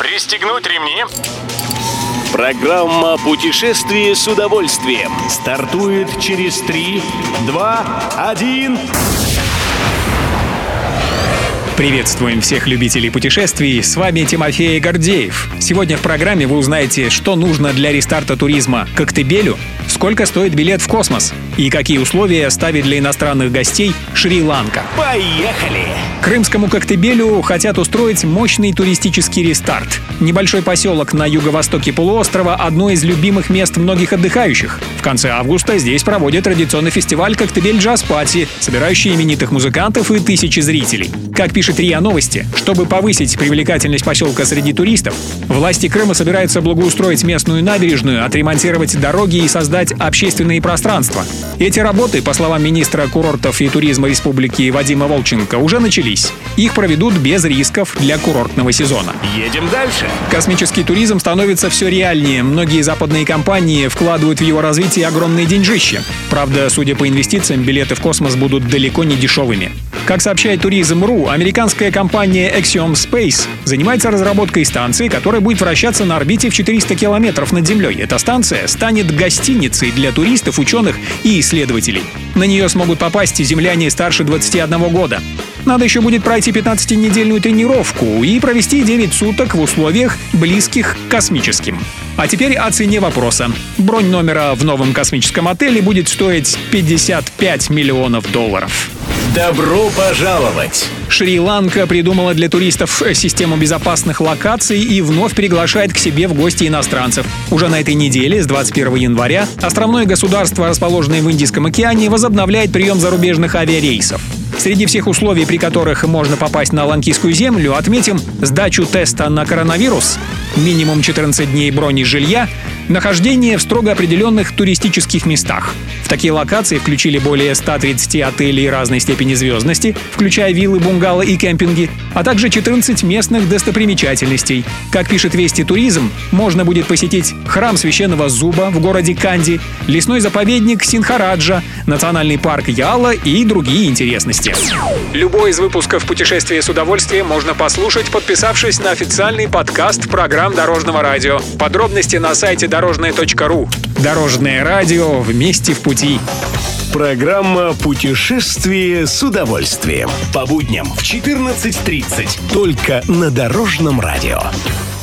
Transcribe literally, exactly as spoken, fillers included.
Пристегнуть ремни. Программа «Путешествие с удовольствием» стартует через три, два, один. Приветствуем всех любителей путешествий, с вами Тимофей Гордеев. Сегодня в программе вы узнаете, что нужно для рестарта туризма к октябрю, сколько стоит билет в космос и какие условия ставит для иностранных гостей Шри-Ланка. Поехали! Крымскому Коктебелю хотят устроить мощный туристический рестарт. Небольшой поселок на юго-востоке полуострова – одно из любимых мест многих отдыхающих. В конце августа здесь проводят традиционный фестиваль «Коктебель Джаз Пати», собирающий именитых музыкантов и тысячи зрителей. Как пишет РИА Новости, чтобы повысить привлекательность поселка среди туристов, власти Крыма собираются благоустроить местную набережную, отремонтировать дороги и создать общественные пространства. Эти работы, по словам министра курортов и туризма республики Вадима Волченко, уже начались. Их проведут без рисков для курортного сезона. Едем дальше. Космический туризм становится все реальнее. Многие западные компании вкладывают в его развитие огромные деньжища. Правда, судя по инвестициям, билеты в космос будут далеко не дешевыми. Как сообщает Туризм точка ру, американская компания Axiom Space занимается разработкой станции, которая будет вращаться на орбите в четыреста километров над Землей. Эта станция станет гостиницей для туристов, ученых и исследователей. На нее смогут попасть земляне старше двадцати одного года. Надо еще будет пройти пятнадцатинедельную тренировку и провести девять суток в условиях, близких к космическим. А теперь о цене вопроса. Бронь номера в новом космическом отеле будет стоить пятьдесят пять миллионов долларов. Добро пожаловать! Шри-Ланка придумала для туристов систему безопасных локаций и вновь приглашает к себе в гости иностранцев. Уже на этой неделе, с двадцать первого января, островное государство, расположенное в Индийском океане, возобновляет прием зарубежных авиарейсов. Среди всех условий, при которых можно попасть на Ланкийскую землю, отметим сдачу теста на коронавирус, минимум четырнадцать дней брони жилья, нахождение в строго определенных туристических местах. В такие локации включили более ста тридцати отелей разной степени звездности, включая виллы, бунгало и кемпинги, а также четырнадцать местных достопримечательностей. Как пишет Вести Туризм, можно будет посетить храм священного зуба в городе Канди, лесной заповедник Синхараджа, национальный парк Яла и другие интересности. Любой из выпусков «Путешествия с удовольствием» можно послушать, подписавшись на официальный подкаст программ Дорожного радио. Подробности на сайте дорожное точка ру. Дорожное радио, вместе в пути. Программа «Путешествие с удовольствием». По будням в четырнадцать тридцать. Только на Дорожном радио.